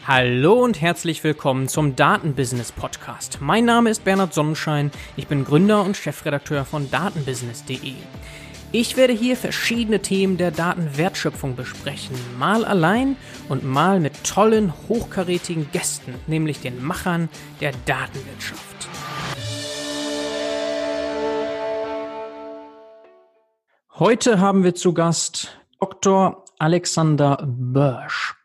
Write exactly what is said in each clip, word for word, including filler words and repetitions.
Hallo und herzlich willkommen zum Datenbusiness Podcast. Mein Name ist Bernhard Sonnenschein, ich bin Gründer und Chefredakteur von datenbusiness punkt de. Ich werde hier verschiedene Themen der Datenwertschöpfung besprechen, mal allein und mal mit tollen, hochkarätigen Gästen, nämlich den Machern der Datenwirtschaft. Heute haben wir zu Gast Doktor Alexander Börsch,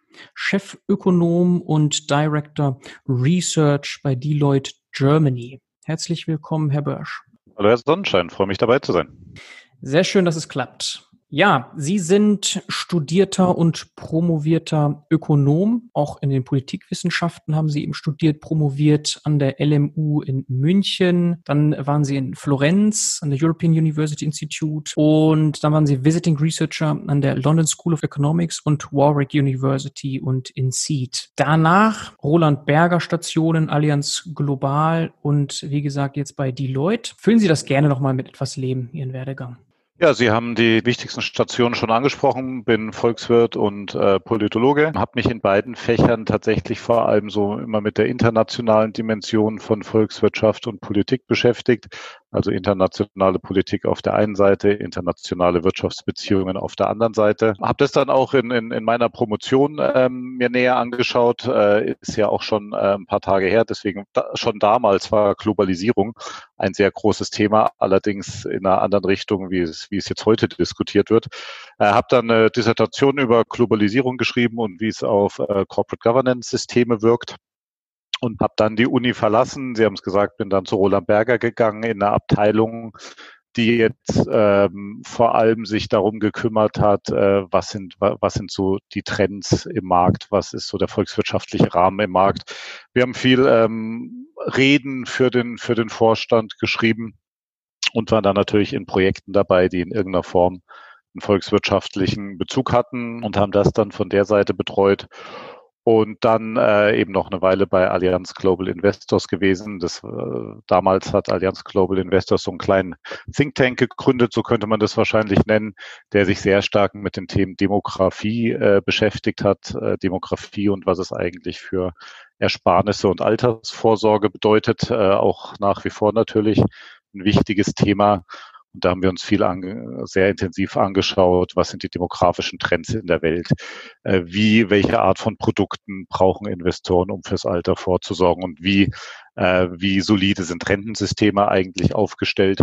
Chefökonom und Director Research bei Deloitte Germany. Herzlich willkommen, Herr Börsch. Hallo, Herr Sonnenschein, freue mich dabei zu sein. Sehr schön, dass es klappt. Ja, Sie sind studierter und promovierter Ökonom. Auch in den Politikwissenschaften haben Sie eben studiert, promoviert an der L M U in München. Dann waren Sie in Florenz an der European University Institute und dann waren Sie Visiting Researcher an der London School of Economics und Warwick University und in Seed. Danach Roland Berger Stationen, Allianz Global und wie gesagt jetzt bei Deloitte. Füllen Sie das gerne nochmal mit etwas Leben, Ihren Werdegang. Ja, Sie haben die wichtigsten Stationen schon angesprochen, bin Volkswirt und äh, Politologe, habe mich in beiden Fächern tatsächlich vor allem so immer mit der internationalen Dimension von Volkswirtschaft und Politik beschäftigt, also internationale Politik auf der einen Seite, internationale Wirtschaftsbeziehungen auf der anderen Seite. Habe das dann auch in, in, in meiner Promotion ähm, mir näher angeschaut, äh, ist ja auch schon äh, ein paar Tage her, deswegen da, schon damals war Globalisierung ein sehr großes Thema, allerdings in einer anderen Richtung, wie es wie es jetzt heute diskutiert wird. Ich äh, habe dann eine Dissertation über Globalisierung geschrieben und wie es auf äh, Corporate Governance Systeme wirkt und habe dann die Uni verlassen. Sie haben es gesagt, bin dann zu Roland Berger gegangen in einer Abteilung, die jetzt ähm, vor allem sich darum gekümmert hat, äh, was sind was sind so die Trends im Markt, was ist so der volkswirtschaftliche Rahmen im Markt. Wir haben viel ähm, Reden für den für den Vorstand geschrieben und waren dann natürlich in Projekten dabei, die in irgendeiner Form einen volkswirtschaftlichen Bezug hatten und haben das dann von der Seite betreut. Und dann äh, eben noch eine Weile bei Allianz Global Investors gewesen. Das, äh, damals hat Allianz Global Investors so einen kleinen Think Tank gegründet, so könnte man das wahrscheinlich nennen, der sich sehr stark mit den Themen Demografie äh, beschäftigt hat. Äh, Demografie und was es eigentlich für Ersparnisse und Altersvorsorge bedeutet, äh, auch nach wie vor natürlich ein wichtiges Thema. Und da haben wir uns viel ange- sehr intensiv angeschaut, was sind die demografischen Trends in der Welt, äh, wie, welche Art von Produkten brauchen Investoren, um fürs Alter vorzusorgen und wie, äh, wie solide sind Rentensysteme eigentlich aufgestellt.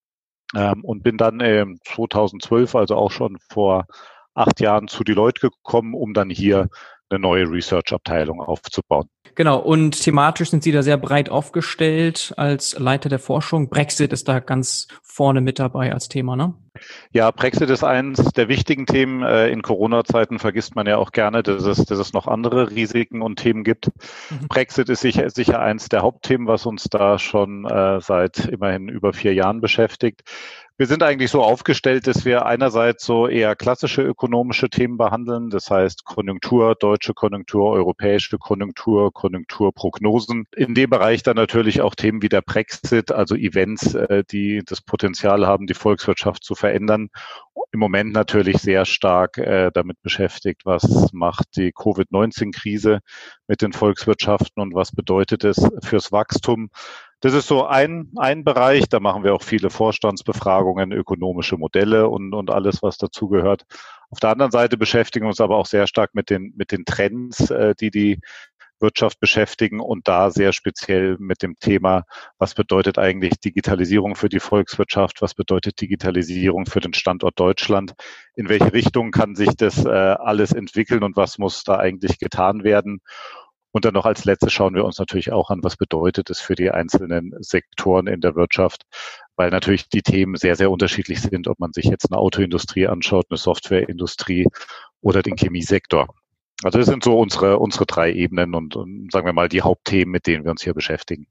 Ähm, und bin dann äh, zweitausendzwölf, also auch schon vor acht Jahren zu Deloitte gekommen, um dann hier eine neue Research-Abteilung aufzubauen. Genau, und thematisch sind Sie da sehr breit aufgestellt als Leiter der Forschung. Brexit ist da ganz vorne mit dabei als Thema, ne? Ja, Brexit ist eins der wichtigen Themen. In Corona-Zeiten vergisst man ja auch gerne, dass es, dass es noch andere Risiken und Themen gibt. Mhm. Brexit ist sicher, sicher eins der Hauptthemen, was uns da schon äh, seit immerhin über vier Jahren beschäftigt. Wir sind eigentlich so aufgestellt, dass wir einerseits so eher klassische ökonomische Themen behandeln, das heißt Konjunktur, deutsche Konjunktur, europäische Konjunktur, Konjunkturprognosen. In dem Bereich dann natürlich auch Themen wie der Brexit, also Events, die das Potenzial haben, die Volkswirtschaft zu verändern. Im Moment natürlich sehr stark äh, damit beschäftigt, was macht die Covid neunzehn Krise mit den Volkswirtschaften und was bedeutet es fürs Wachstum. Das ist so ein, ein Bereich, da machen wir auch viele Vorstandsbefragungen, ökonomische Modelle und, und alles, was dazugehört. Auf der anderen Seite beschäftigen wir uns aber auch sehr stark mit den, mit den Trends, äh, die die Wirtschaft beschäftigen und da sehr speziell mit dem Thema, was bedeutet eigentlich Digitalisierung für die Volkswirtschaft, was bedeutet Digitalisierung für den Standort Deutschland, in welche Richtung kann sich das äh, alles entwickeln und was muss da eigentlich getan werden. Und dann noch als letztes schauen wir uns natürlich auch an, was bedeutet es für die einzelnen Sektoren in der Wirtschaft, weil natürlich die Themen sehr, sehr unterschiedlich sind, ob man sich jetzt eine Autoindustrie anschaut, eine Softwareindustrie oder den Chemiesektor. Also das sind so unsere unsere drei Ebenen und, und sagen wir mal die Hauptthemen, mit denen wir uns hier beschäftigen.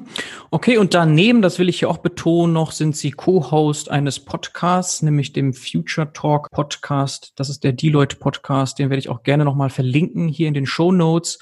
Okay, und daneben, das will ich hier auch betonen noch, sind Sie Co-Host eines Podcasts, nämlich dem Future Talk Podcast. Das ist der Deloitte Podcast, den werde ich auch gerne nochmal verlinken hier in den Shownotes.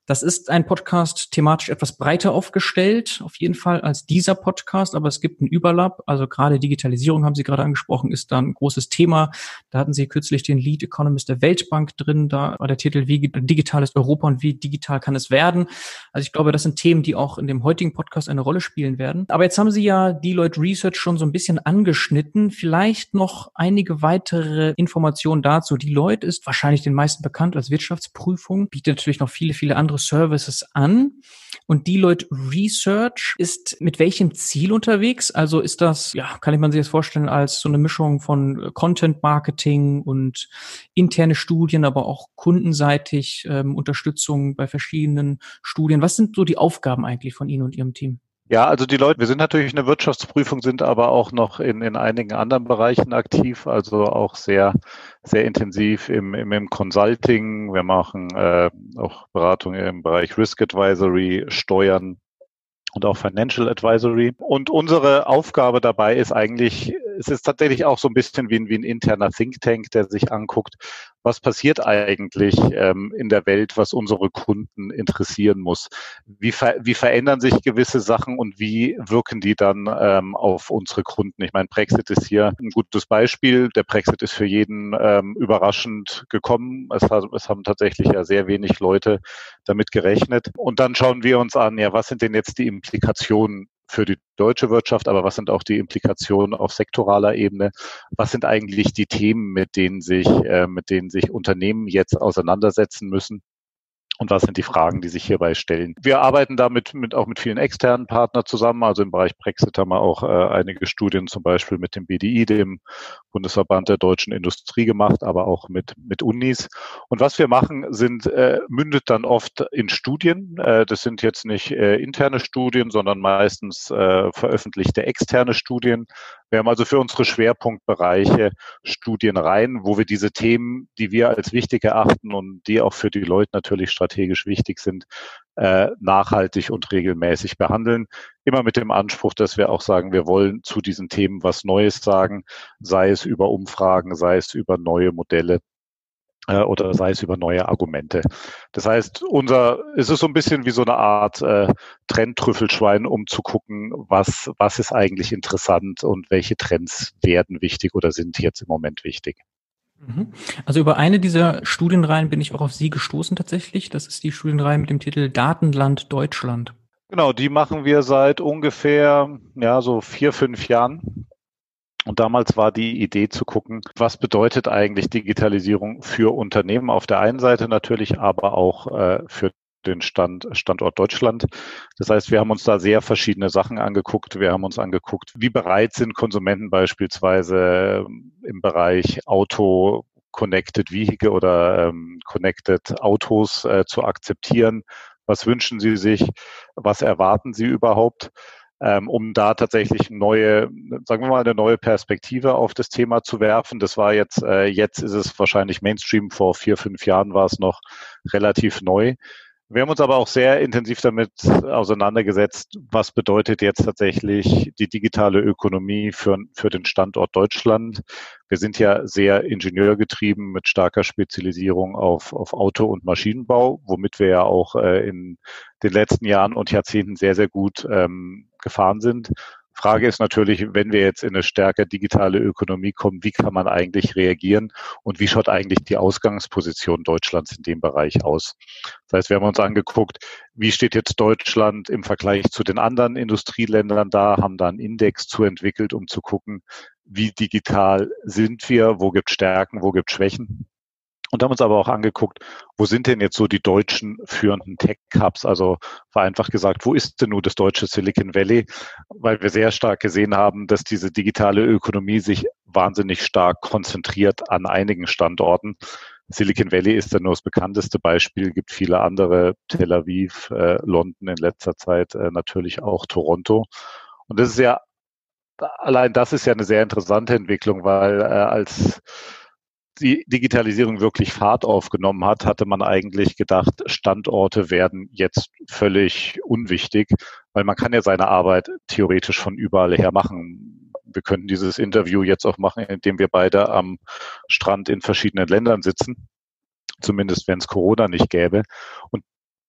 Das ist ein Podcast thematisch etwas breiter aufgestellt, auf jeden Fall als dieser Podcast, aber es gibt einen Überlapp. Also gerade Digitalisierung, haben Sie gerade angesprochen, ist da ein großes Thema. Da hatten Sie kürzlich den Lead Economist der Weltbank drin. Da war der Titel, wie digital ist Europa und wie digital kann es werden? Also ich glaube, das sind Themen, die auch in dem heutigen Podcast eine Rolle spielen werden. Aber jetzt haben Sie ja Deloitte Research schon so ein bisschen angeschnitten. Vielleicht noch einige weitere Informationen dazu. Deloitte ist wahrscheinlich den meisten bekannt als Wirtschaftsprüfung, bietet natürlich noch viele, viele andere Services an. Und Deloitte Research ist mit welchem Ziel unterwegs? Also ist das, ja, kann ich man sich das vorstellen, als so eine Mischung von Content Marketing und interne Studien, aber auch kundenseitig ähm, Unterstützung bei verschiedenen Studien. Was sind so die Aufgaben eigentlich von Ihnen und Ihrem Team? Ja, also die Leute, wir sind natürlich eine Wirtschaftsprüfung, sind aber auch noch in, in einigen anderen Bereichen aktiv, also auch sehr, sehr intensiv im, im, im Consulting. Wir machen äh, auch Beratung im Bereich Risk Advisory, Steuern und auch Financial Advisory. Und unsere Aufgabe dabei ist eigentlich, es ist tatsächlich auch so ein bisschen wie ein, wie ein interner Think Tank, der sich anguckt, was passiert eigentlich ähm, in der Welt, was unsere Kunden interessieren muss. Wie, ver wie verändern sich gewisse Sachen und wie wirken die dann ähm, auf unsere Kunden? Ich meine, Brexit ist hier ein gutes Beispiel. Der Brexit ist für jeden ähm, überraschend gekommen. Es, hat, es haben tatsächlich ja sehr wenig Leute damit gerechnet. Und dann schauen wir uns an, ja, was sind denn jetzt die Implikationen für die deutsche Wirtschaft, aber was sind auch die Implikationen auf sektoraler Ebene? Was sind eigentlich die Themen, mit denen sich, äh, mit denen sich Unternehmen jetzt auseinandersetzen müssen? Und was sind die Fragen, die sich hierbei stellen? Wir arbeiten damit mit, auch mit vielen externen Partnern zusammen. Also im Bereich Brexit haben wir auch äh, einige Studien zum Beispiel mit dem B D I, dem Bundesverband der deutschen Industrie, gemacht, aber auch mit, mit Unis. Und was wir machen, sind, äh, mündet dann oft in Studien. Äh, das sind jetzt nicht äh, interne Studien, sondern meistens äh, veröffentlichte externe Studien. Wir haben also für unsere Schwerpunktbereiche Studien rein, wo wir diese Themen, die wir als wichtig erachten und die auch für die Leute natürlich strategisch wichtig sind, äh, nachhaltig und regelmäßig behandeln. Immer mit dem Anspruch, dass wir auch sagen, wir wollen zu diesen Themen was Neues sagen, sei es über Umfragen, sei es über neue Modelle äh, oder sei es über neue Argumente. Das heißt, unser, es ist so ein bisschen wie so eine Art äh, Trendtrüffelschwein, um zu gucken, was, was ist eigentlich interessant und welche Trends werden wichtig oder sind jetzt im Moment wichtig. Also über eine dieser Studienreihen bin ich auch auf Sie gestoßen tatsächlich. Das ist die Studienreihe mit dem Titel Datenland Deutschland. Genau, die machen wir seit ungefähr, ja, so vier, fünf Jahren. Und damals war die Idee zu gucken, was bedeutet eigentlich Digitalisierung für Unternehmen auf der einen Seite natürlich, aber auch äh, für den Stand, Standort Deutschland. Das heißt, wir haben uns da sehr verschiedene Sachen angeguckt. Wir haben uns angeguckt, wie bereit sind Konsumenten beispielsweise im Bereich Auto, Connected Vehicle oder ähm, Connected Autos äh, zu akzeptieren. Was wünschen sie sich? Was erwarten sie überhaupt? Ähm, um da tatsächlich neue, sagen wir mal, eine neue Perspektive auf das Thema zu werfen. Das war jetzt, äh, jetzt ist es wahrscheinlich Mainstream. Vor vier, fünf Jahren war es noch relativ neu. Wir haben uns aber auch sehr intensiv damit auseinandergesetzt, was bedeutet jetzt tatsächlich die digitale Ökonomie für, für den Standort Deutschland. Wir sind ja sehr ingenieurgetrieben mit starker Spezialisierung auf, auf Auto- und Maschinenbau, womit wir ja auch äh, in den letzten Jahren und Jahrzehnten sehr, sehr gut ähm, gefahren sind. Frage ist natürlich, wenn wir jetzt in eine stärker digitale Ökonomie kommen, wie kann man eigentlich reagieren und wie schaut eigentlich die Ausgangsposition Deutschlands in dem Bereich aus? Das heißt, wir haben uns angeguckt, wie steht jetzt Deutschland im Vergleich zu den anderen Industrieländern da, haben da einen Index zu entwickelt, um zu gucken, wie digital sind wir, wo gibt es Stärken, wo gibt es Schwächen. Und haben uns aber auch angeguckt, wo sind denn jetzt so die deutschen führenden Tech-Hubs? Also vereinfacht gesagt, wo ist denn nur das deutsche Silicon Valley? Weil wir sehr stark gesehen haben, dass diese digitale Ökonomie sich wahnsinnig stark konzentriert an einigen Standorten. Silicon Valley ist dann nur das bekannteste Beispiel, gibt viele andere, Tel Aviv, äh, London in letzter Zeit, äh, natürlich auch Toronto. Und das ist ja, allein das ist ja eine sehr interessante Entwicklung, weil äh, als die Digitalisierung wirklich Fahrt aufgenommen hat, hatte man eigentlich gedacht, Standorte werden jetzt völlig unwichtig, weil man kann ja seine Arbeit theoretisch von überall her machen. Wir könnten dieses Interview jetzt auch machen, indem wir beide am Strand in verschiedenen Ländern sitzen, zumindest wenn es Corona nicht gäbe. Und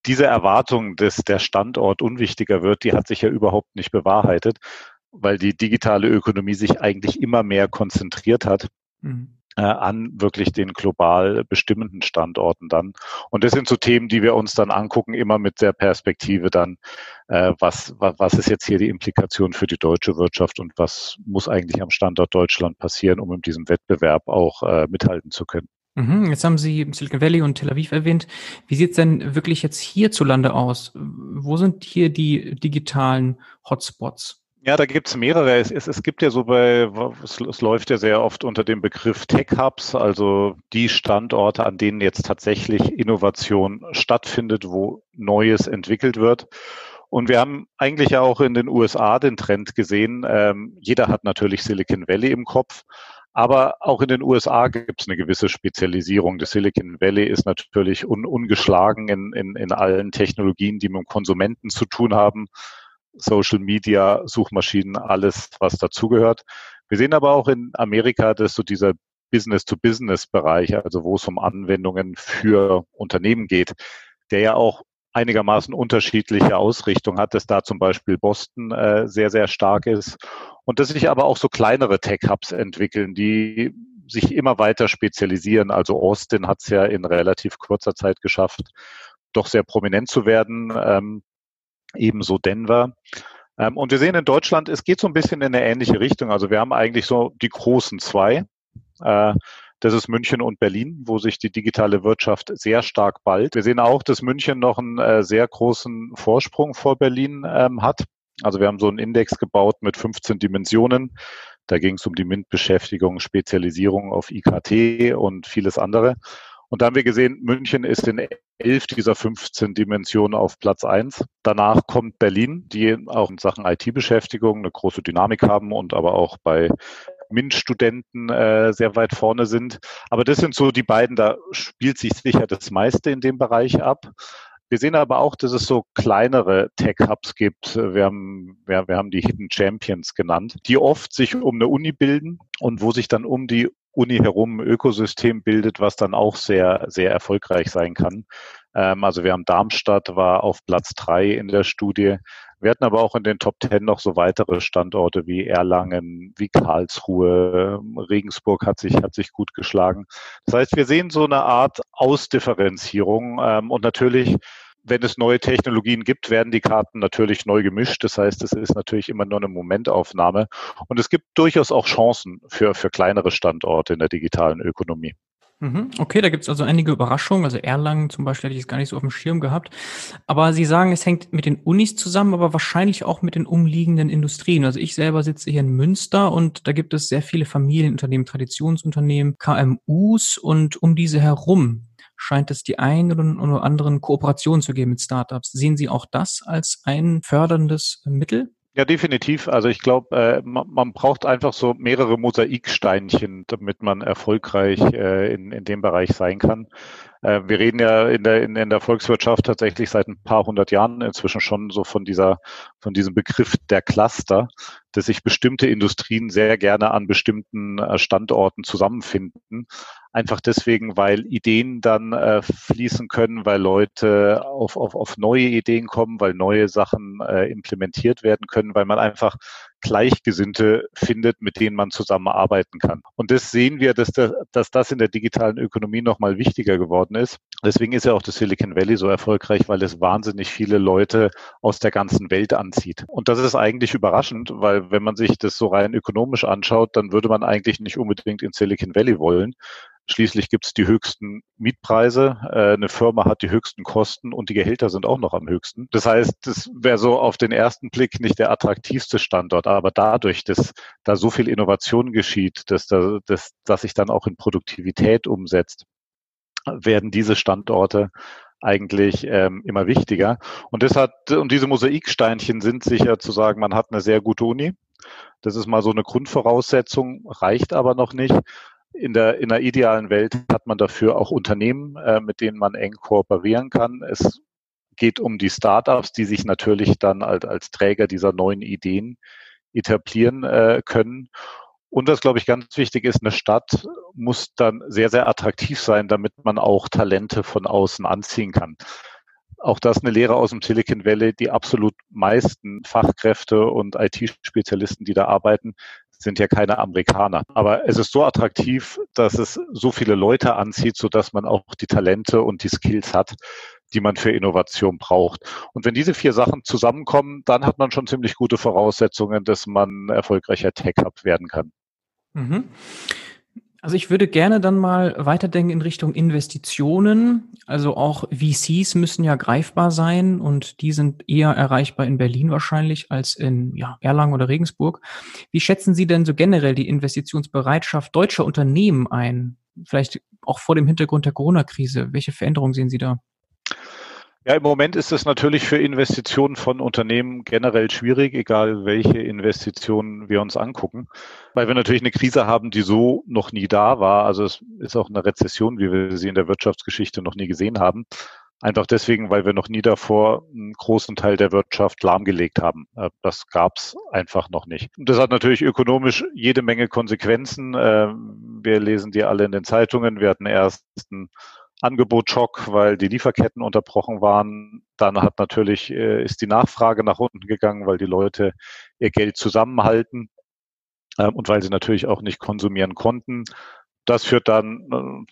diese Erwartung, dass der Standort unwichtiger wird, die hat sich ja überhaupt nicht bewahrheitet, weil die digitale Ökonomie sich eigentlich immer mehr konzentriert hat. Mhm. an wirklich den global bestimmenden Standorten dann. Und das sind so Themen, die wir uns dann angucken, immer mit der Perspektive dann, äh, was, was, was ist jetzt hier die Implikation für die deutsche Wirtschaft und was muss eigentlich am Standort Deutschland passieren, um in diesem Wettbewerb auch äh, mithalten zu können. Mhm, jetzt haben Sie Silicon Valley und Tel Aviv erwähnt. Wie sieht es denn wirklich jetzt hierzulande aus? Wo sind hier die digitalen Hotspots? Ja, da gibt's mehrere. Es, es, es gibt ja so bei, es, es läuft ja sehr oft unter dem Begriff Tech Hubs, also die Standorte, an denen jetzt tatsächlich Innovation stattfindet, wo Neues entwickelt wird. Und wir haben eigentlich ja auch in den U S A den Trend gesehen. Ähm, jeder hat natürlich Silicon Valley im Kopf. Aber auch in den U S A gibt es eine gewisse Spezialisierung. Das Silicon Valley ist natürlich un, ungeschlagen in, in, in allen Technologien, die mit dem Konsumenten zu tun haben. Social Media, Suchmaschinen, alles, was dazugehört. Wir sehen aber auch in Amerika, dass so dieser Business-to-Business-Bereich, also wo es um Anwendungen für Unternehmen geht, der ja auch einigermaßen unterschiedliche Ausrichtung hat, dass da zum Beispiel Boston äh, sehr, sehr stark ist und dass sich aber auch so kleinere Tech-Hubs entwickeln, die sich immer weiter spezialisieren. Also Austin hat es ja in relativ kurzer Zeit geschafft, doch sehr prominent zu werden. Ähm, ebenso Denver. Ähm, und wir sehen in Deutschland, es geht so ein bisschen in eine ähnliche Richtung. Also wir haben eigentlich so die großen zwei. Äh, das ist München und Berlin, wo sich die digitale Wirtschaft sehr stark ballt. Wir sehen auch, dass München noch einen äh, sehr großen Vorsprung vor Berlin ähm, hat. Also wir haben so einen Index gebaut mit fünfzehn Dimensionen. Da ging es um die MINT-Beschäftigung, Spezialisierung auf I K T und vieles andere. Und da haben wir gesehen, München ist in elf dieser fünfzehn Dimensionen auf Platz eins. Danach kommt Berlin, die auch in Sachen I T-Beschäftigung eine große Dynamik haben und aber auch bei MINT-Studenten äh, sehr weit vorne sind. Aber das sind so die beiden, da spielt sich sicher das meiste in dem Bereich ab. Wir sehen aber auch, dass es so kleinere Tech-Hubs gibt. Wir haben, wir, wir haben die Hidden Champions genannt, die oft sich um eine Uni bilden und wo sich dann um die Uni herum ein Ökosystem bildet, was dann auch sehr, sehr erfolgreich sein kann. Ähm, also wir haben Darmstadt, war auf Platz drei in der Studie. Wir hatten aber auch in den Top Ten noch so weitere Standorte wie Erlangen, wie Karlsruhe, Regensburg hat sich, hat sich gut geschlagen. Das heißt, wir sehen so eine Art Ausdifferenzierung ähm, und natürlich, wenn es neue Technologien gibt, werden die Karten natürlich neu gemischt. Das heißt, es ist natürlich immer nur eine Momentaufnahme. Und es gibt durchaus auch Chancen für, für kleinere Standorte in der digitalen Ökonomie. Okay, da gibt es also einige Überraschungen. Also Erlangen zum Beispiel hätte ich es gar nicht so auf dem Schirm gehabt. Aber Sie sagen, es hängt mit den Unis zusammen, aber wahrscheinlich auch mit den umliegenden Industrien. Also ich selber sitze hier in Münster und da gibt es sehr viele Familienunternehmen, Traditionsunternehmen, K M Us und um diese herum scheint es die einen oder anderen Kooperationen zu geben mit Startups. Sehen Sie auch das als ein förderndes Mittel? Ja, definitiv. Also ich glaube, äh, man, man braucht einfach so mehrere Mosaiksteinchen, damit man erfolgreich äh, in, in dem Bereich sein kann. Äh, wir reden ja in der, in, in der Volkswirtschaft tatsächlich seit ein paar hundert Jahren inzwischen schon so von dieser, von diesem Begriff der Cluster, dass sich bestimmte Industrien sehr gerne an bestimmten äh, Standorten zusammenfinden. Einfach deswegen, weil Ideen dann äh, fließen können, weil Leute auf, auf, auf neue Ideen kommen, weil neue Sachen äh, implementiert werden können, weil man einfach Gleichgesinnte findet, mit denen man zusammenarbeiten kann. Und das sehen wir, dass, der, dass das in der digitalen Ökonomie nochmal wichtiger geworden ist. Deswegen ist ja auch das Silicon Valley so erfolgreich, weil es wahnsinnig viele Leute aus der ganzen Welt anzieht. Und das ist eigentlich überraschend, weil wenn man sich das so rein ökonomisch anschaut, dann würde man eigentlich nicht unbedingt in Silicon Valley wollen. Schließlich gibt es die höchsten Mietpreise, äh, eine Firma hat die höchsten Kosten und die Gehälter sind auch noch am höchsten. Das heißt, das wäre so auf den ersten Blick nicht der attraktivste Standort, aber dadurch, dass da so viel Innovation geschieht, dass, da, dass, dass sich dann auch in Produktivität umsetzt, werden diese Standorte eigentlich ähm, immer wichtiger. Und das hat, und diese Mosaiksteinchen sind sicher zu sagen, man hat eine sehr gute Uni. Das ist mal so eine Grundvoraussetzung, reicht aber noch nicht. In der, in der idealen Welt hat man dafür auch Unternehmen, äh, mit denen man eng kooperieren kann. Es geht um die Startups, die sich natürlich dann als, als Träger dieser neuen Ideen etablieren äh, können. Und was, glaube ich, ganz wichtig ist, eine Stadt muss dann sehr, sehr attraktiv sein, damit man auch Talente von außen anziehen kann. auch das eine Lehre aus dem Silicon Valley, die absolut meisten Fachkräfte und I T-Spezialisten, die da arbeiten, sind ja keine Amerikaner. Aber es ist so attraktiv, dass es so viele Leute anzieht, sodass man auch die Talente und die Skills hat, die man für Innovation braucht. Und wenn diese vier Sachen zusammenkommen, dann hat man schon ziemlich gute Voraussetzungen, dass man erfolgreicher Tech-Hub werden kann. Mhm. Also ich würde gerne dann mal weiterdenken in Richtung Investitionen. Also auch V Cs müssen ja greifbar sein und die sind eher erreichbar in Berlin wahrscheinlich als in ja, Erlangen oder Regensburg. Wie schätzen Sie denn so generell die Investitionsbereitschaft deutscher Unternehmen ein? Vielleicht auch vor dem Hintergrund der Corona-Krise. Welche Veränderungen sehen Sie da? Ja, im Moment ist es natürlich für Investitionen von Unternehmen generell schwierig, egal welche Investitionen wir uns angucken, weil wir natürlich eine Krise haben, die so noch nie da war. Also es ist auch eine Rezession, wie wir sie in der Wirtschaftsgeschichte noch nie gesehen haben. Einfach deswegen, weil wir noch nie davor einen großen Teil der Wirtschaft lahmgelegt haben. Das gab es einfach noch nicht. Und das hat natürlich ökonomisch jede Menge Konsequenzen. Wir lesen die alle in den Zeitungen. Wir hatten erst einen Angebotsschock, weil die Lieferketten unterbrochen waren. Dann hat natürlich, äh, ist die Nachfrage nach unten gegangen, weil die Leute ihr Geld zusammenhalten äh, und weil sie natürlich auch nicht konsumieren konnten. Das führt dann äh,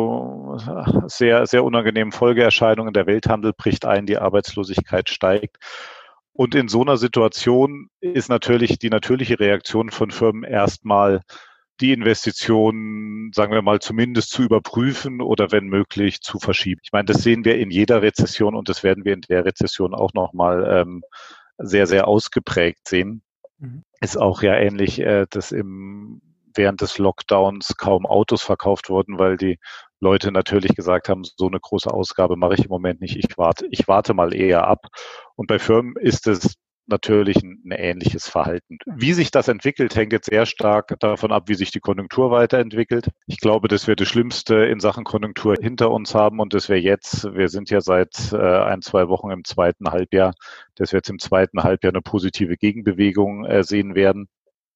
zu sehr, sehr unangenehmen Folgeerscheinungen. Der Welthandel bricht ein, die Arbeitslosigkeit steigt. Und in so einer Situation ist natürlich die natürliche Reaktion von Firmen erstmal, die Investitionen, sagen wir mal, zumindest zu überprüfen oder wenn möglich zu verschieben. Ich meine, das sehen wir in jeder Rezession und das werden wir in der Rezession auch nochmal ähm, sehr, sehr ausgeprägt sehen. Mhm. Ist auch ja ähnlich, äh, dass im, während des Lockdowns kaum Autos verkauft wurden, weil die Leute natürlich gesagt haben, so eine große Ausgabe mache ich im Moment nicht, ich warte, ich warte mal eher ab. Und bei Firmen ist es natürlich ein, ein ähnliches Verhalten. Wie sich das entwickelt, hängt jetzt sehr stark davon ab, wie sich die Konjunktur weiterentwickelt. Ich glaube, dass wir das Schlimmste in Sachen Konjunktur hinter uns haben und dass wir jetzt, wir sind ja seit äh, ein, zwei Wochen im zweiten Halbjahr, dass wir jetzt im zweiten Halbjahr eine positive Gegenbewegung äh, sehen werden,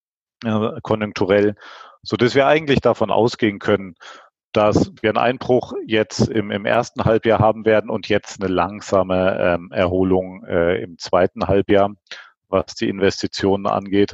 äh, konjunkturell, sodass wir eigentlich davon ausgehen können, dass wir einen Einbruch jetzt im, im ersten Halbjahr haben werden und jetzt eine langsame ähm, Erholung äh, im zweiten Halbjahr, was die Investitionen angeht.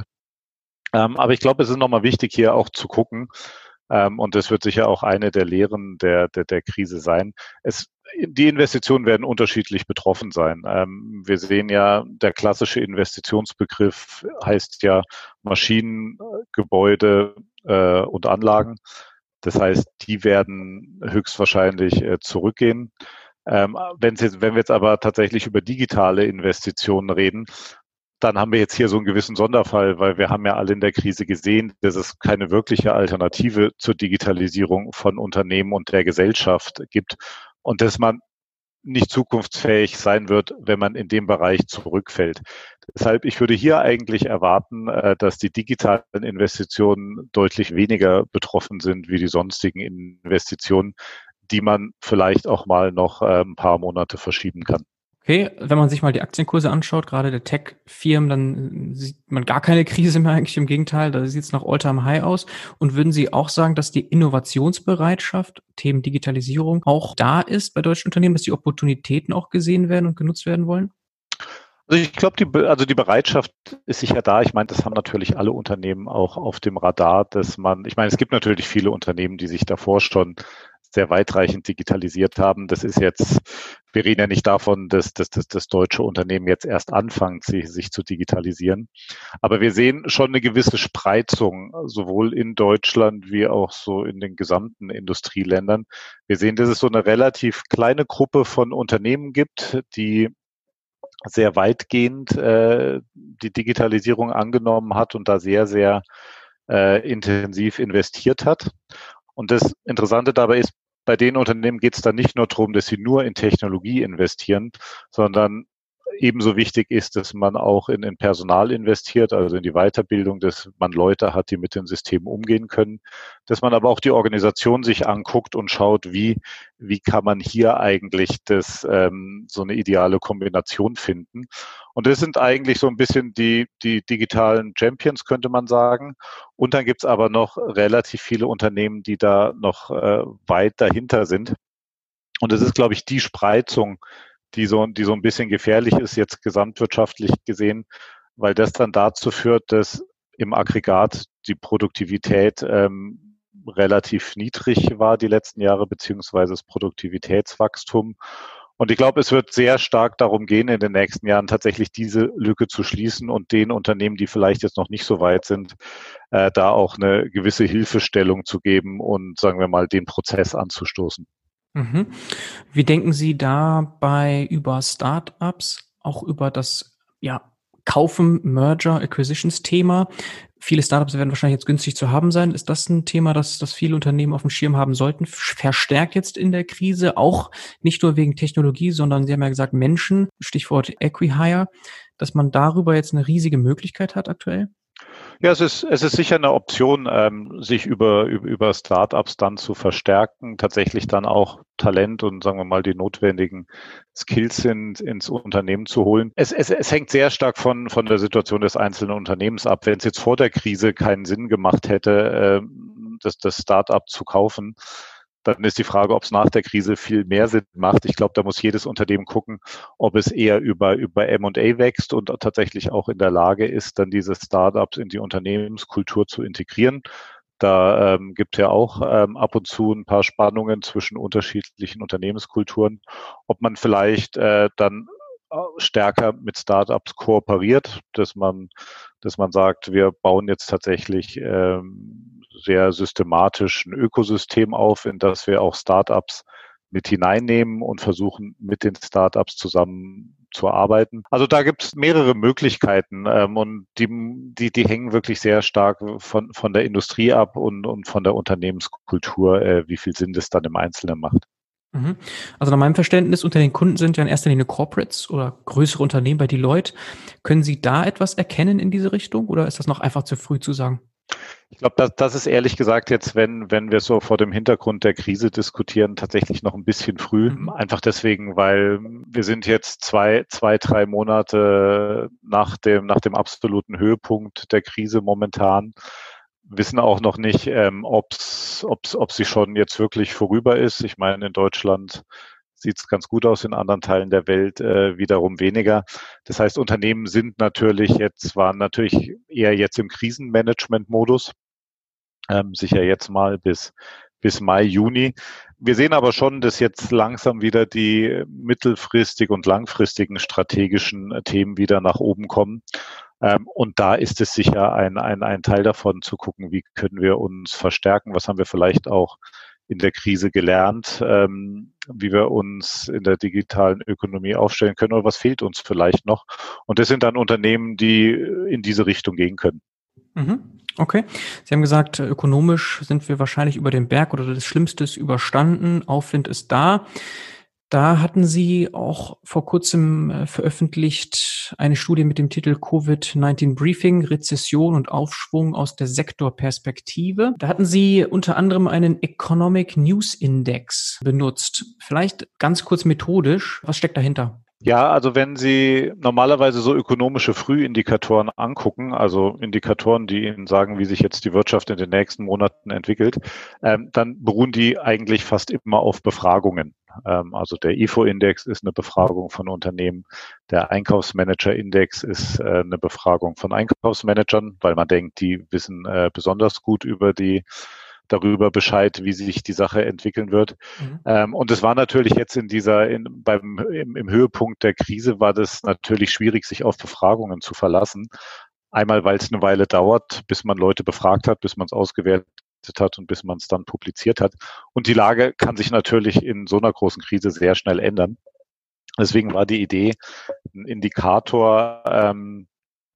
Ähm, aber ich glaube, es ist nochmal wichtig, hier auch zu gucken, ähm, und das wird sicher auch eine der Lehren der, der, der Krise sein. Es, die Investitionen werden unterschiedlich betroffen sein. Ähm, wir sehen ja, der klassische Investitionsbegriff heißt ja Maschinen, Gebäude äh, und Anlagen. Das heißt, die werden höchstwahrscheinlich äh, zurückgehen. Ähm, wenn, jetzt, wenn wir jetzt aber tatsächlich über digitale Investitionen reden, dann haben wir jetzt hier so einen gewissen Sonderfall, weil wir haben ja alle in der Krise gesehen, dass es keine wirkliche Alternative zur Digitalisierung von Unternehmen und der Gesellschaft gibt und dass man nicht zukunftsfähig sein wird, wenn man in dem Bereich zurückfällt. Deshalb, ich würde hier eigentlich erwarten, dass die digitalen Investitionen deutlich weniger betroffen sind wie die sonstigen Investitionen, die man vielleicht auch mal noch ein paar Monate verschieben kann. Okay, wenn man sich mal die Aktienkurse anschaut, gerade der Tech-Firmen, dann sieht man gar keine Krise mehr, eigentlich im Gegenteil, da sieht es nach All-Time-High aus. Und würden Sie auch sagen, dass die Innovationsbereitschaft, Themen Digitalisierung, auch da ist bei deutschen Unternehmen, dass die Opportunitäten auch gesehen werden und genutzt werden wollen? Also ich glaube, die, also die Bereitschaft ist sicher da. Ich meine, das haben natürlich alle Unternehmen auch auf dem Radar, dass man, ich meine, es gibt natürlich viele Unternehmen, die sich davor schon sehr weitreichend digitalisiert haben. Das ist jetzt, wir reden ja nicht davon, dass, dass, dass das deutsche Unternehmen jetzt erst anfangen, sich, sich zu digitalisieren. Aber wir sehen schon eine gewisse Spreizung, sowohl in Deutschland wie auch so in den gesamten Industrieländern. Wir sehen, dass es so eine relativ kleine Gruppe von Unternehmen gibt, die sehr weitgehend äh, die Digitalisierung angenommen hat und da sehr, sehr äh, intensiv investiert hat. Und das Interessante dabei ist, bei den Unternehmen geht es dann nicht nur darum, dass sie nur in Technologie investieren, sondern ebenso wichtig ist, dass man auch in, in Personal investiert, also in die Weiterbildung, dass man Leute hat, die mit den Systemen umgehen können, dass man aber auch die Organisation sich anguckt und schaut, wie, wie kann man hier eigentlich das, ähm, so eine ideale Kombination finden. Und das sind eigentlich so ein bisschen die, die digitalen Champions, könnte man sagen. Und dann gibt's aber noch relativ viele Unternehmen, die da noch äh, weit dahinter sind. Und das ist, glaube ich, die Spreizung, die so, die so ein bisschen gefährlich ist, jetzt gesamtwirtschaftlich gesehen, weil das dann dazu führt, dass im Aggregat die Produktivität ähm, relativ niedrig war die letzten Jahre, beziehungsweise das Produktivitätswachstum. Und ich glaube, es wird sehr stark darum gehen, in den nächsten Jahren tatsächlich diese Lücke zu schließen und den Unternehmen, die vielleicht jetzt noch nicht so weit sind, äh, da auch eine gewisse Hilfestellung zu geben und, sagen wir mal, den Prozess anzustoßen. Mhm. Wie denken Sie dabei über Startups, auch über das, ja, Kaufen, Merger, Acquisitions-Thema? Viele Startups werden wahrscheinlich jetzt günstig zu haben sein. Ist das ein Thema, das, das viele Unternehmen auf dem Schirm haben sollten, verstärkt jetzt in der Krise, auch nicht nur wegen Technologie, sondern Sie haben ja gesagt Menschen, Stichwort Acquihire, dass man darüber jetzt eine riesige Möglichkeit hat aktuell? Ja, es ist, es ist sicher eine Option, ähm, sich über, über, über Startups dann zu verstärken, tatsächlich dann auch Talent und, sagen wir mal, die notwendigen Skills sind, ins Unternehmen zu holen. Es, es, es hängt sehr stark von, von der Situation des einzelnen Unternehmens ab. Wenn es jetzt vor der Krise keinen Sinn gemacht hätte, äh, das, das Startup zu kaufen, dann ist die Frage, ob es nach der Krise viel mehr Sinn macht. Ich glaube, da muss jedes Unternehmen gucken, ob es eher über, über M und A wächst und tatsächlich auch in der Lage ist, dann diese Startups in die Unternehmenskultur zu integrieren. Da ähm, gibt es ja auch ähm, ab und zu ein paar Spannungen zwischen unterschiedlichen Unternehmenskulturen, ob man vielleicht äh, dann stärker mit Startups kooperiert, dass man, dass man sagt, wir bauen jetzt tatsächlich ähm, sehr systematisch ein Ökosystem auf, in das wir auch Startups mit hineinnehmen und versuchen, mit den Startups zusammen zu arbeiten. Also da gibt es mehrere Möglichkeiten ähm, und die, die, die hängen wirklich sehr stark von, von der Industrie ab und, und von der Unternehmenskultur, äh, wie viel Sinn das dann im Einzelnen macht. Mhm. Also nach meinem Verständnis, unter den Kunden sind ja in erster Linie Corporates oder größere Unternehmen bei Deloitte. Können Sie da etwas erkennen in diese Richtung oder ist das noch einfach zu früh zu sagen? Ich glaube, das, das ist ehrlich gesagt jetzt, wenn, wenn wir so vor dem Hintergrund der Krise diskutieren, tatsächlich noch ein bisschen früh. Mhm. Einfach deswegen, weil wir sind jetzt zwei, zwei, drei Monate nach dem, nach dem absoluten Höhepunkt der Krise momentan, wissen auch noch nicht, ähm, ob's, ob's, ob sie schon jetzt wirklich vorüber ist. Ich meine, in Deutschland sieht es ganz gut aus, in anderen Teilen der Welt äh, wiederum weniger. Das heißt, Unternehmen sind natürlich jetzt, waren natürlich eher jetzt im Krisenmanagement-Modus, ähm, sicher jetzt mal bis, bis Mai, Juni. Wir sehen aber schon, dass jetzt langsam wieder die mittelfristig und langfristigen strategischen Themen wieder nach oben kommen. Ähm, und da ist es sicher ein, ein, ein Teil davon zu gucken, wie können wir uns verstärken, was haben wir vielleicht auch in der Krise gelernt, ähm, wie wir uns in der digitalen Ökonomie aufstellen können oder was fehlt uns vielleicht noch. Und das sind dann Unternehmen, die in diese Richtung gehen können. Mhm. Okay. Sie haben gesagt, ökonomisch sind wir wahrscheinlich über den Berg oder das Schlimmste ist überstanden, Aufwind ist da. Da hatten Sie auch vor kurzem äh, veröffentlicht eine Studie mit dem Titel Covid neunzehn Briefing, Rezession und Aufschwung aus der Sektorperspektive. Da hatten Sie unter anderem einen Economic News Index benutzt. Vielleicht ganz kurz methodisch, was steckt dahinter? Ja, also wenn Sie normalerweise so ökonomische Frühindikatoren angucken, also Indikatoren, die Ihnen sagen, wie sich jetzt die Wirtschaft in den nächsten Monaten entwickelt, ähm, dann beruhen die eigentlich fast immer auf Befragungen. Ähm, also der I F O-Index ist eine Befragung von Unternehmen, der Einkaufsmanager-Index ist äh, eine Befragung von Einkaufsmanagern, weil man denkt, die wissen äh, besonders gut über die darüber Bescheid, wie sich die Sache entwickeln wird. Mhm. Ähm, und es war natürlich jetzt in dieser, in, beim, im, im Höhepunkt der Krise war das natürlich schwierig, sich auf Befragungen zu verlassen. Einmal, weil es eine Weile dauert, bis man Leute befragt hat, bis man es ausgewertet hat und bis man es dann publiziert hat. Und die Lage kann sich natürlich in so einer großen Krise sehr schnell ändern. Deswegen war die Idee, einen Indikator ähm,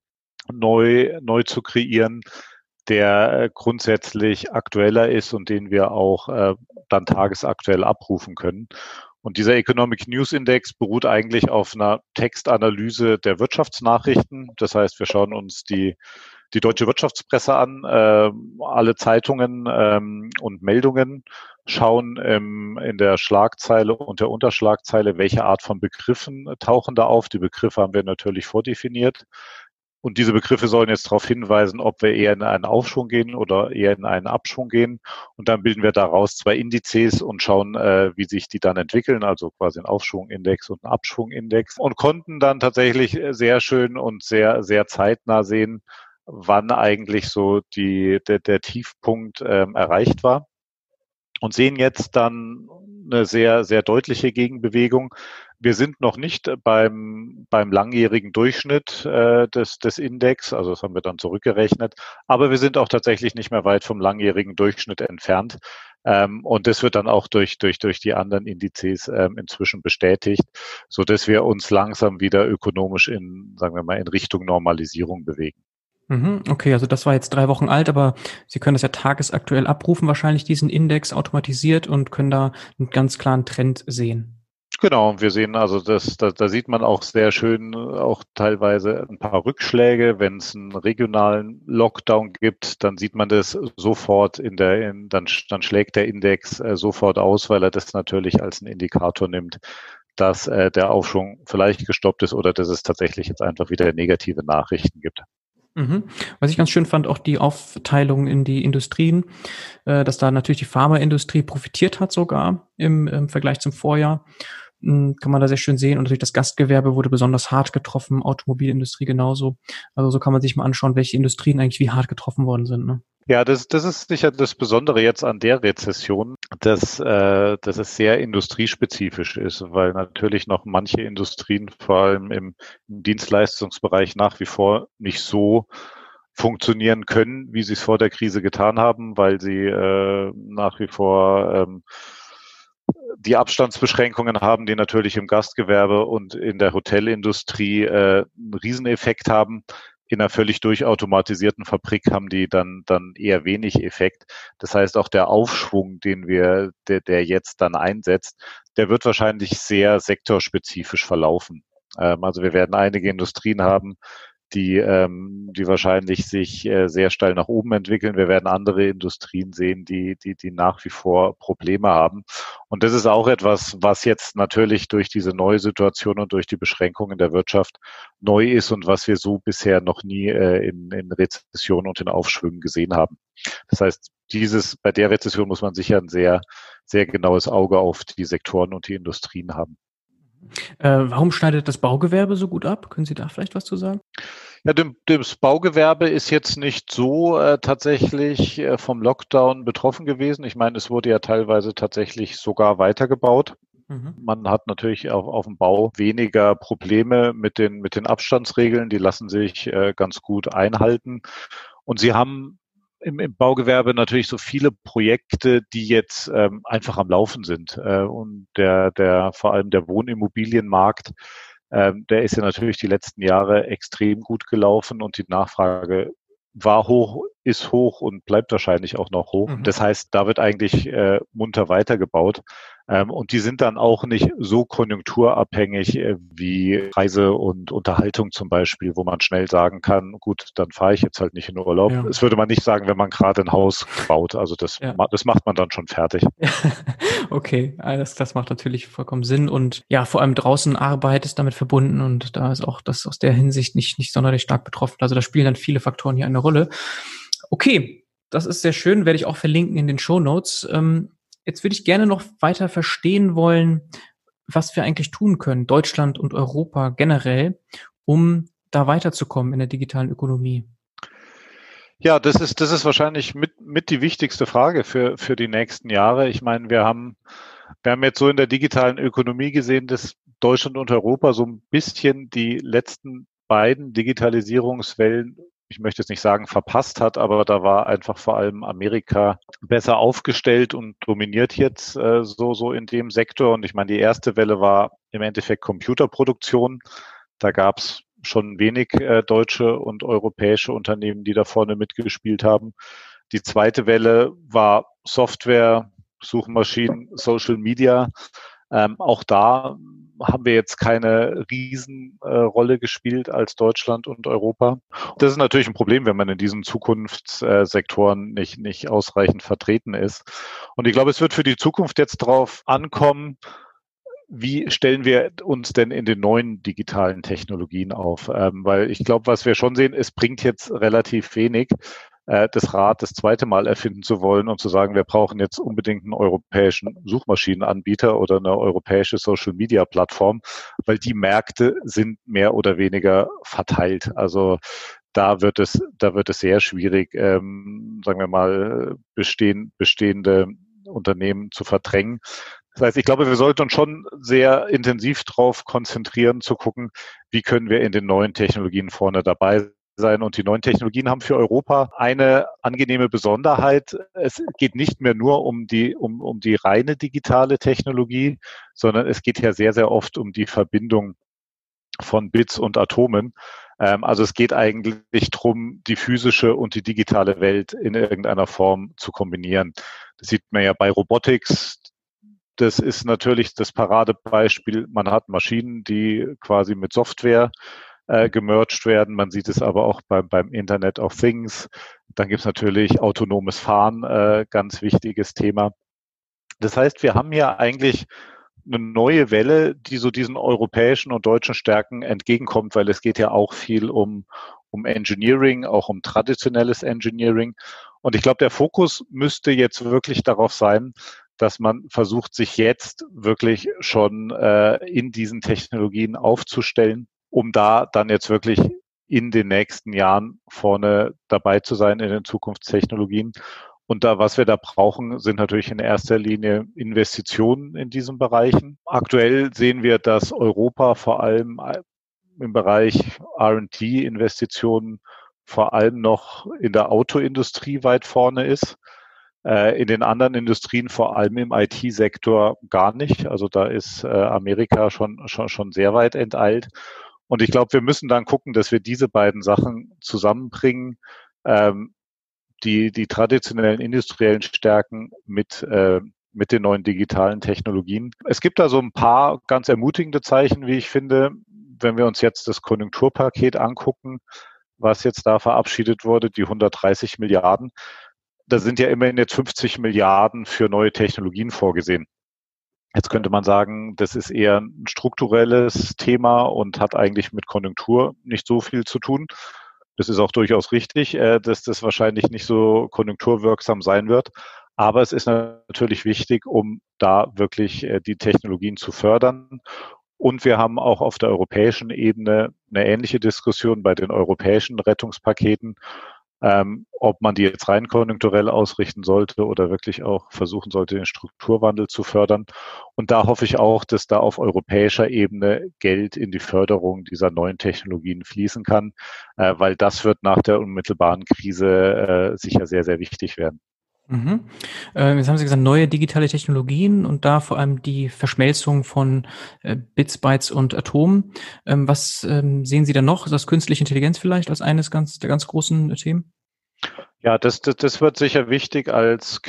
neu, neu zu kreieren, der grundsätzlich aktueller ist und den wir auch äh, dann tagesaktuell abrufen können. Und dieser Economic News Index beruht eigentlich auf einer Textanalyse der Wirtschaftsnachrichten. Das heißt, wir schauen uns die, die deutsche Wirtschaftspresse an, äh, alle Zeitungen ähm, und Meldungen, schauen ähm, in der Schlagzeile und der Unterschlagzeile, welche Art von Begriffen tauchen da auf. Die Begriffe haben wir natürlich vordefiniert. Und diese Begriffe sollen jetzt darauf hinweisen, ob wir eher in einen Aufschwung gehen oder eher in einen Abschwung gehen. Und dann bilden wir daraus zwei Indizes und schauen, äh, wie sich die dann entwickeln, also quasi ein Aufschwungindex und ein Abschwungindex. Und konnten dann tatsächlich sehr schön und sehr, sehr zeitnah sehen, wann eigentlich so die, der, der Tiefpunkt ähm, erreicht war. Und sehen jetzt dann eine sehr, sehr deutliche Gegenbewegung. Wir sind noch nicht beim, beim langjährigen Durchschnitt äh, des, des Index, also das haben wir dann zurückgerechnet, aber wir sind auch tatsächlich nicht mehr weit vom langjährigen Durchschnitt entfernt. Ähm, und das wird dann auch durch, durch, durch die anderen Indizes ähm, inzwischen bestätigt, so dass wir uns langsam wieder ökonomisch in, sagen wir mal, in Richtung Normalisierung bewegen. Okay, also das war jetzt drei Wochen alt, aber Sie können das ja tagesaktuell abrufen, wahrscheinlich diesen Index automatisiert und können da einen ganz klaren Trend sehen. Genau, wir sehen also, das, da, da sieht man auch sehr schön auch teilweise ein paar Rückschläge. Wenn es einen regionalen Lockdown gibt, dann sieht man das sofort in der, in, dann, dann schlägt der Index äh, sofort aus, weil er das natürlich als einen Indikator nimmt, dass äh, der Aufschwung vielleicht gestoppt ist oder dass es tatsächlich jetzt einfach wieder negative Nachrichten gibt. Mhm. Was ich ganz schön fand, auch die Aufteilung in die Industrien, äh, dass da natürlich die Pharmaindustrie profitiert hat sogar im, im Vergleich zum Vorjahr. Kann man da sehr schön sehen. Und natürlich das Gastgewerbe wurde besonders hart getroffen, Automobilindustrie genauso. Also so kann man sich mal anschauen, welche Industrien eigentlich wie hart getroffen worden sind. Ne? Ja, das, das ist sicher das Besondere jetzt an der Rezession, dass, äh, dass es sehr industriespezifisch ist, weil natürlich noch manche Industrien, vor allem im, im Dienstleistungsbereich, nach wie vor nicht so funktionieren können, wie sie es vor der Krise getan haben, weil sie äh, nach wie vor ähm, die Abstandsbeschränkungen haben, die natürlich im Gastgewerbe und in der Hotelindustrie äh, einen Rieseneffekt haben. In einer völlig durchautomatisierten Fabrik haben die dann, dann eher wenig Effekt. Das heißt, auch der Aufschwung, den wir, der, der jetzt dann einsetzt, der wird wahrscheinlich sehr sektorspezifisch verlaufen. Ähm, also wir werden einige Industrien haben, die, ähm, die wahrscheinlich sich äh, sehr steil nach oben entwickeln. Wir werden andere Industrien sehen, die, die, die nach wie vor Probleme haben. Und das ist auch etwas, was jetzt natürlich durch diese neue Situation und durch die Beschränkungen der Wirtschaft neu ist und was wir so bisher noch nie äh, in, in Rezession und in Aufschwüngen gesehen haben. Das heißt, dieses, bei der Rezession muss man sicher ein sehr, sehr genaues Auge auf die Sektoren und die Industrien haben. Äh, warum schneidet das Baugewerbe so gut ab? Können Sie da vielleicht was zu sagen? Ja, dem, das Baugewerbe ist jetzt nicht so äh, tatsächlich äh, vom Lockdown betroffen gewesen. Ich meine, es wurde ja teilweise tatsächlich sogar weitergebaut. Mhm. Man hat natürlich auf, auf dem Bau weniger Probleme mit den, mit den Abstandsregeln. Die lassen sich äh, ganz gut einhalten. Und sie haben im, im Baugewerbe natürlich so viele Projekte, die jetzt ähm, einfach am Laufen sind. Äh, und der, der, vor allem der Wohnimmobilienmarkt, ähm, der ist ja natürlich die letzten Jahre extrem gut gelaufen und die Nachfrage war hoch, ist hoch und bleibt wahrscheinlich auch noch hoch. Mhm. Das heißt, da wird eigentlich äh, munter weitergebaut. Ähm, und die sind dann auch nicht so konjunkturabhängig äh, wie Reise und Unterhaltung zum Beispiel, wo man schnell sagen kann, gut, dann fahre ich jetzt halt nicht in Urlaub. Ja. Das würde man nicht sagen, wenn man gerade ein Haus baut. Also das, ja. das macht man dann schon fertig. Okay, das, das macht natürlich vollkommen Sinn. Und ja, vor allem draußen Arbeit ist damit verbunden und da ist auch das aus der Hinsicht nicht, nicht sonderlich stark betroffen. Also da spielen dann viele Faktoren hier eine Rolle. Okay, das ist sehr schön, werde ich auch verlinken in den Shownotes. Ähm, jetzt würde ich gerne noch weiter verstehen wollen, was wir eigentlich tun können, Deutschland und Europa generell, um da weiterzukommen in der digitalen Ökonomie. Ja, das ist, das ist wahrscheinlich mit, mit die wichtigste Frage für, für die nächsten Jahre. Ich meine, wir haben, wir haben jetzt so in der digitalen Ökonomie gesehen, dass Deutschland und Europa so ein bisschen die letzten beiden Digitalisierungswellen, ich möchte jetzt nicht sagen verpasst hat, aber da war einfach vor allem Amerika besser aufgestellt und dominiert jetzt äh, so, so in dem Sektor. Und ich meine, die erste Welle war im Endeffekt Computerproduktion. Da gab es schon wenig äh, deutsche und europäische Unternehmen, die da vorne mitgespielt haben. Die zweite Welle war Software, Suchmaschinen, Social Media. Ähm, auch da haben wir jetzt keine Riesenrolle äh, gespielt als Deutschland und Europa. Das ist natürlich ein Problem, wenn man in diesen Zukunftssektoren nicht, nicht ausreichend vertreten ist. Und ich glaube, es wird für die Zukunft jetzt drauf ankommen, wie stellen wir uns denn in den neuen digitalen Technologien auf? Ähm, weil ich glaube, was wir schon sehen, es bringt jetzt relativ wenig, äh, das Rad das zweite Mal erfinden zu wollen und zu sagen, wir brauchen jetzt unbedingt einen europäischen Suchmaschinenanbieter oder eine europäische Social-Media-Plattform, weil die Märkte sind mehr oder weniger verteilt. Also da wird es, da wird es sehr schwierig, ähm, sagen wir mal, bestehen, bestehende Unternehmen zu verdrängen. Das heißt, ich glaube, wir sollten uns schon sehr intensiv darauf konzentrieren, zu gucken, wie können wir in den neuen Technologien vorne dabei sein. Und die neuen Technologien haben für Europa eine angenehme Besonderheit. Es geht nicht mehr nur um die, um, um die reine digitale Technologie, sondern es geht ja sehr, sehr oft um die Verbindung von Bits und Atomen. Also es geht eigentlich darum, die physische und die digitale Welt in irgendeiner Form zu kombinieren. Das sieht man ja bei Robotics. Das ist natürlich das Paradebeispiel. Man hat Maschinen, die quasi mit Software äh, gemerged werden. Man sieht es aber auch beim, beim Internet of Things. Dann gibt es natürlich autonomes Fahren, äh, ganz wichtiges Thema. Das heißt, wir haben hier eigentlich eine neue Welle, die so diesen europäischen und deutschen Stärken entgegenkommt, weil es geht ja auch viel um, um Engineering, auch um traditionelles Engineering. Und ich glaube, der Fokus müsste jetzt wirklich darauf sein, dass man versucht, sich jetzt wirklich schon äh, in diesen Technologien aufzustellen, um da dann jetzt wirklich in den nächsten Jahren vorne dabei zu sein in den Zukunftstechnologien. Und da, was wir da brauchen, sind natürlich in erster Linie Investitionen in diesen Bereichen. Aktuell sehen wir, dass Europa vor allem im Bereich R und D-Investitionen vor allem noch in der Autoindustrie weit vorne ist. In den anderen Industrien, vor allem im I T-Sektor, gar nicht. Also da ist Amerika schon, schon, schon sehr weit enteilt. Und ich glaube, wir müssen dann gucken, dass wir diese beiden Sachen zusammenbringen, ähm, die, die traditionellen industriellen Stärken mit, äh, mit den neuen digitalen Technologien. Es gibt da so ein paar ganz ermutigende Zeichen, wie ich finde, wenn wir uns jetzt das Konjunkturpaket angucken, was jetzt da verabschiedet wurde, die hundertdreißig Milliarden. Da sind ja immerhin jetzt fünfzig Milliarden für neue Technologien vorgesehen. Jetzt könnte man sagen, das ist eher ein strukturelles Thema und hat eigentlich mit Konjunktur nicht so viel zu tun. Das ist auch durchaus richtig, dass das wahrscheinlich nicht so konjunkturwirksam sein wird. Aber es ist natürlich wichtig, um da wirklich die Technologien zu fördern. Und wir haben auch auf der europäischen Ebene eine ähnliche Diskussion bei den europäischen Rettungspaketen, ähm, ob man die jetzt rein konjunkturell ausrichten sollte oder wirklich auch versuchen sollte, den Strukturwandel zu fördern. Und da hoffe ich auch, dass da auf europäischer Ebene Geld in die Förderung dieser neuen Technologien fließen kann, äh, weil das wird nach der unmittelbaren Krise äh, sicher sehr, sehr wichtig werden. Mhm. Äh, jetzt haben Sie gesagt, neue digitale Technologien und da vor allem die Verschmelzung von äh, Bits, Bytes und Atomen. Ähm, was ähm, sehen Sie da noch? Ist das künstliche Intelligenz vielleicht als eines ganz, der ganz großen äh, Themen? Ja, das, das, das wird sicher wichtig als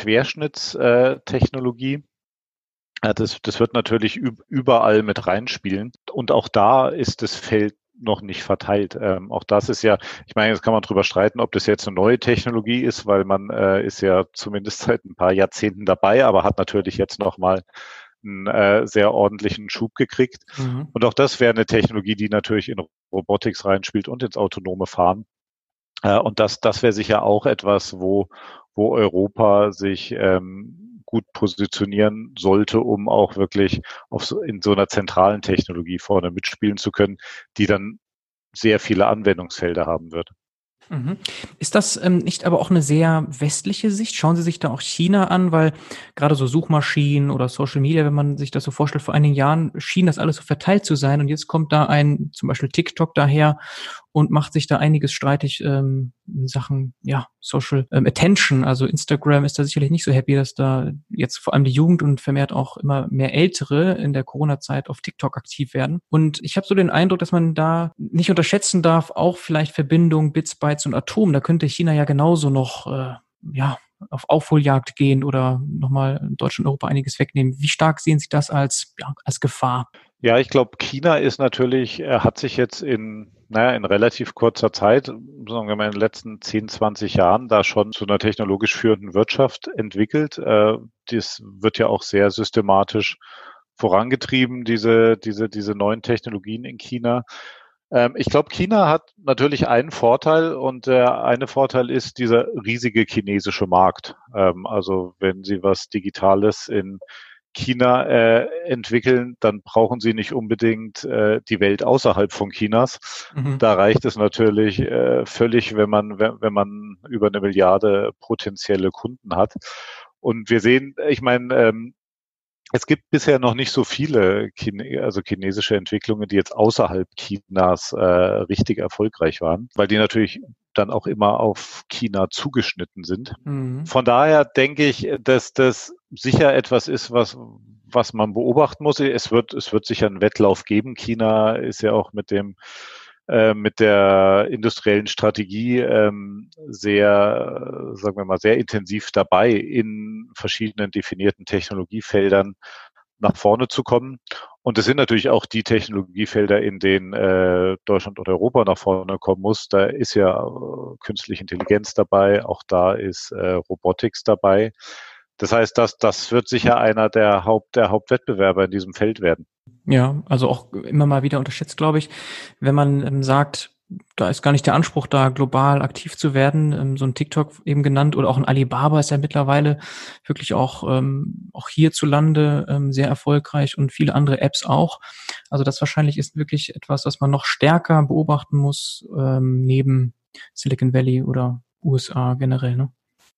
Querschnittstechnologie. Äh, das, das wird natürlich überall mit reinspielen. Und auch da ist das Feld noch nicht verteilt. Ähm, auch das ist ja, ich meine, jetzt kann man drüber streiten, ob das jetzt eine neue Technologie ist, weil man äh, ist ja zumindest seit ein paar Jahrzehnten dabei, aber hat natürlich jetzt nochmal einen äh, sehr ordentlichen Schub gekriegt. Mhm. Und auch das wäre eine Technologie, die natürlich in Robotics reinspielt und ins autonome Fahren. Äh, und das, das wäre sicher auch etwas, wo, wo Europa sich ähm, gut positionieren sollte, um auch wirklich auf so, in so einer zentralen Technologie vorne mitspielen zu können, die dann sehr viele Anwendungsfelder haben wird. Mhm. Ist das ähm, nicht aber auch eine sehr westliche Sicht? Schauen Sie sich da auch China an, weil gerade so Suchmaschinen oder Social Media, wenn man sich das so vorstellt, vor einigen Jahren schien das alles so verteilt zu sein und jetzt kommt da ein, zum Beispiel TikTok daher und macht sich da einiges streitig ähm, in Sachen ja Social ähm, Attention. Also Instagram ist da sicherlich nicht so happy, dass da jetzt vor allem die Jugend und vermehrt auch immer mehr Ältere in der Corona-Zeit auf TikTok aktiv werden. Und ich habe so den Eindruck, dass man da nicht unterschätzen darf, auch vielleicht Verbindung Bits, Bytes und Atom. Da könnte China ja genauso noch äh, ja auf Aufholjagd gehen oder nochmal Deutschland und Europa einiges wegnehmen. Wie stark sehen Sie das als ja, als Gefahr? Ja, ich glaube, China ist natürlich, er hat sich jetzt in, naja, in relativ kurzer Zeit, sagen wir mal in den letzten zehn, zwanzig Jahren, da schon zu einer technologisch führenden Wirtschaft entwickelt. Das wird ja auch sehr systematisch vorangetrieben, diese, diese, diese neuen Technologien in China. Ähm, ich glaube, China hat natürlich einen Vorteil und der eine Vorteil ist dieser riesige chinesische Markt. Ähm, also wenn Sie was Digitales in China äh, entwickeln, dann brauchen Sie nicht unbedingt äh, die Welt außerhalb von Chinas. Mhm. Da reicht es natürlich äh, völlig, wenn man, wenn, wenn man über eine Milliarde potenzielle Kunden hat. Und wir sehen, ich meine, ähm, es gibt bisher noch nicht so viele Chine also chinesische Entwicklungen, die jetzt außerhalb Chinas äh, richtig erfolgreich waren, weil die natürlich dann auch immer auf China zugeschnitten sind. Mhm. Von daher denke ich, dass das sicher etwas ist, was was man beobachten muss. Es wird es wird sicher einen Wettlauf geben. China ist ja auch mit dem äh, mit der industriellen Strategie ähm, sehr, äh, sagen wir mal, sehr intensiv dabei, in verschiedenen definierten Technologiefeldern nach vorne zu kommen. Und es sind natürlich auch die Technologiefelder, in denen äh, Deutschland und Europa nach vorne kommen muss. Da ist ja äh, künstliche Intelligenz dabei, auch da ist äh, Robotics dabei. Das heißt, das, das wird sicher einer der Haupt, der Hauptwettbewerber in diesem Feld werden. Ja, also auch immer mal wieder unterschätzt, glaube ich, wenn man ähm, sagt, da ist gar nicht der Anspruch da, global aktiv zu werden, ähm, so ein TikTok eben genannt oder auch ein Alibaba ist ja mittlerweile wirklich auch, ähm, auch hierzulande ähm, sehr erfolgreich und viele andere Apps auch. Also das wahrscheinlich ist wirklich etwas, was man noch stärker beobachten muss, ähm, neben Silicon Valley oder U S A generell, ne?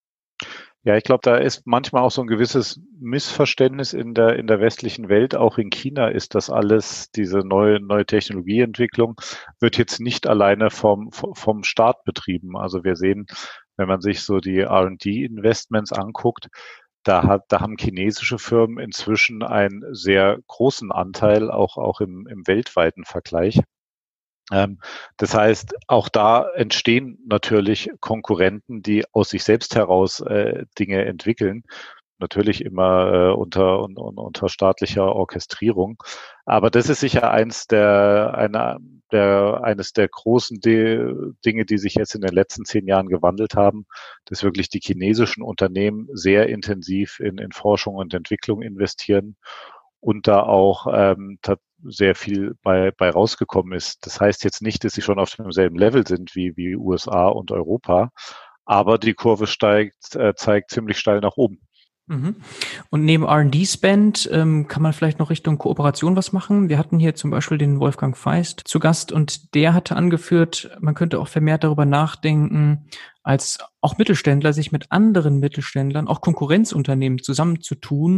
Ja, ich glaube, da ist manchmal auch so ein gewisses Missverständnis in der in der westlichen Welt. Auch in China ist das alles, diese neue neue Technologieentwicklung wird jetzt nicht alleine vom vom Staat betrieben. Also wir sehen, wenn man sich so die R und D-Investments anguckt, da hat da haben chinesische Firmen inzwischen einen sehr großen Anteil, auch auch im im weltweiten Vergleich. Ähm, das heißt, auch da entstehen natürlich Konkurrenten, die aus sich selbst heraus äh, Dinge entwickeln. Natürlich immer äh, unter, un, un, unter staatlicher Orchestrierung. Aber das ist sicher eins der, einer, der, eines der großen De Dinge, die sich jetzt in den letzten zehn Jahren gewandelt haben, dass wirklich die chinesischen Unternehmen sehr intensiv in, in Forschung und Entwicklung investieren und da auch ähm, sehr viel bei, bei rausgekommen ist. Das heißt jetzt nicht, dass sie schon auf demselben Level sind wie, wie U S A und Europa, aber die Kurve steigt, äh, zeigt ziemlich steil nach oben. Mhm. Und neben R und D-Spend ähm, kann man vielleicht noch Richtung Kooperation was machen. Wir hatten hier zum Beispiel den Wolfgang Feist zu Gast und der hatte angeführt, man könnte auch vermehrt darüber nachdenken, als auch Mittelständler sich mit anderen Mittelständlern, auch Konkurrenzunternehmen zusammenzutun,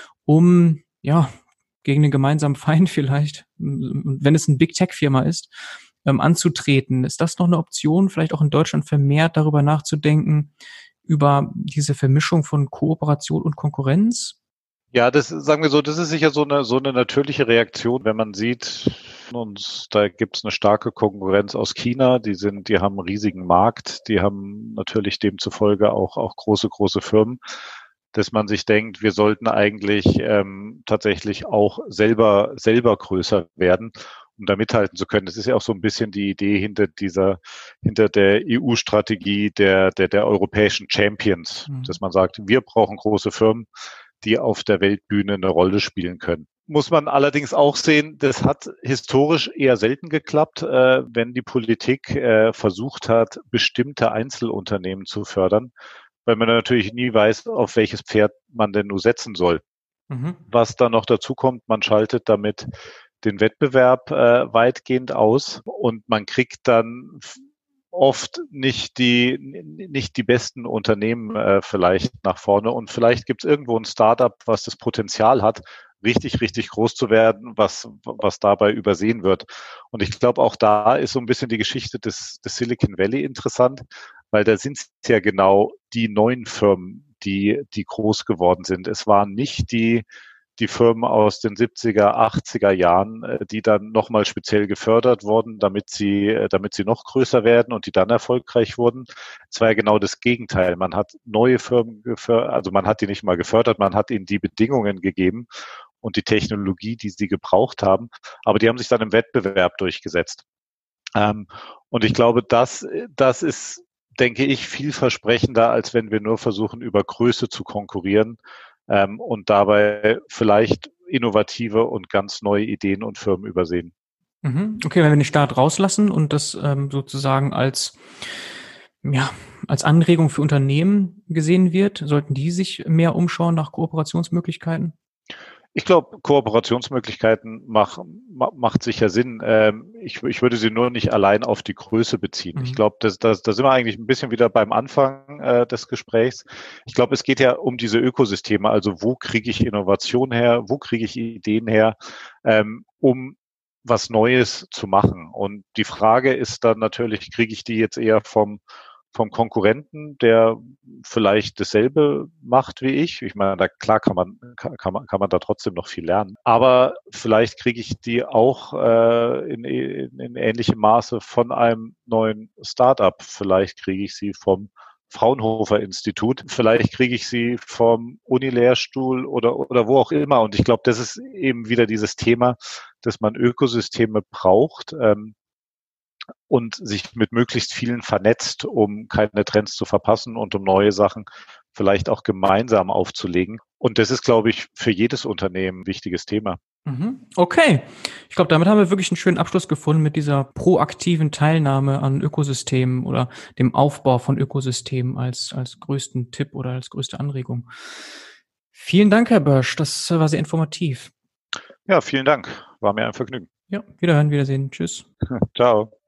um ja gegen den gemeinsamen Feind vielleicht, wenn es eine Big Tech-Firma ist, ähm, anzutreten. Ist das noch eine Option, vielleicht auch in Deutschland vermehrt darüber nachzudenken, über diese Vermischung von Kooperation und Konkurrenz? Ja, das sagen wir so, das ist sicher so eine so eine natürliche Reaktion, wenn man sieht, und da gibt's eine starke Konkurrenz aus China. Die sind, die haben einen riesigen Markt, die haben natürlich demzufolge auch auch große große Firmen, dass man sich denkt, wir sollten eigentlich ähm, tatsächlich auch selber selber größer werden, um da mithalten zu können. Das ist ja auch so ein bisschen die Idee hinter dieser hinter der E U-Strategie der der der europäischen Champions, Mhm. dass man sagt, wir brauchen große Firmen, die auf der Weltbühne eine Rolle spielen können. Muss man allerdings auch sehen, das hat historisch eher selten geklappt, äh, wenn die Politik äh, versucht hat, bestimmte Einzelunternehmen zu fördern, weil man natürlich nie weiß, auf welches Pferd man denn nur setzen soll. Mhm. Was dann noch dazu kommt, man schaltet damit den Wettbewerb äh, weitgehend aus und man kriegt dann oft nicht die nicht die besten Unternehmen äh, vielleicht nach vorne und vielleicht gibt es irgendwo ein Startup, was das Potenzial hat, richtig richtig groß zu werden, was was dabei übersehen wird. Und ich glaube, auch da ist so ein bisschen die Geschichte des, des Silicon Valley interessant, weil da sind es ja genau die neuen Firmen, die die groß geworden sind. Es waren nicht die die Firmen aus den siebziger, achtziger Jahren, äh, die dann nochmal speziell gefördert wurden, damit sie, äh, damit sie noch größer werden und die dann erfolgreich wurden. Es war ja genau das Gegenteil. Man hat neue Firmen gefördert, also man hat die nicht mal gefördert, man hat ihnen die Bedingungen gegeben und die Technologie, die sie gebraucht haben, aber die haben sich dann im Wettbewerb durchgesetzt. Ähm, und ich glaube, das, das ist, denke ich, vielversprechender, als wenn wir nur versuchen, über Größe zu konkurrieren ähm, und dabei vielleicht innovative und ganz neue Ideen und Firmen übersehen. Mhm. Okay, wenn wir den Staat rauslassen und das ähm, sozusagen als, ja, als Anregung für Unternehmen gesehen wird, sollten die sich mehr umschauen nach Kooperationsmöglichkeiten? Ich glaube, Kooperationsmöglichkeiten mach, ma, macht sicher Sinn. Ähm, ich, ich würde sie nur nicht allein auf die Größe beziehen. Mhm. Ich glaube, das, das, da sind wir eigentlich ein bisschen wieder beim Anfang äh, des Gesprächs. Ich glaube, es geht ja um diese Ökosysteme. Also wo kriege ich Innovation her? Wo kriege ich Ideen her, ähm, um was Neues zu machen? Und die Frage ist dann natürlich, kriege ich die jetzt eher vom vom Konkurrenten, der vielleicht dasselbe macht wie ich. Ich meine, da klar kann man kann man kann man da trotzdem noch viel lernen. Aber vielleicht kriege ich die auch äh, in, in, in ähnlichem Maße von einem neuen Startup. Vielleicht kriege ich sie vom Fraunhofer Institut. Vielleicht kriege ich sie vom Unilehrstuhl oder oder wo auch immer. Und ich glaube, das ist eben wieder dieses Thema, dass man Ökosysteme braucht. Ähm, und sich mit möglichst vielen vernetzt, um keine Trends zu verpassen und um neue Sachen vielleicht auch gemeinsam aufzulegen. Und das ist, glaube ich, für jedes Unternehmen ein wichtiges Thema. Mhm. Okay. Ich glaube, damit haben wir wirklich einen schönen Abschluss gefunden mit dieser proaktiven Teilnahme an Ökosystemen oder dem Aufbau von Ökosystemen als, als größten Tipp oder als größte Anregung. Vielen Dank, Herr Bösch. Das war sehr informativ. Ja, vielen Dank. War mir ein Vergnügen. Ja, wiederhören, wiedersehen. Tschüss. Ciao.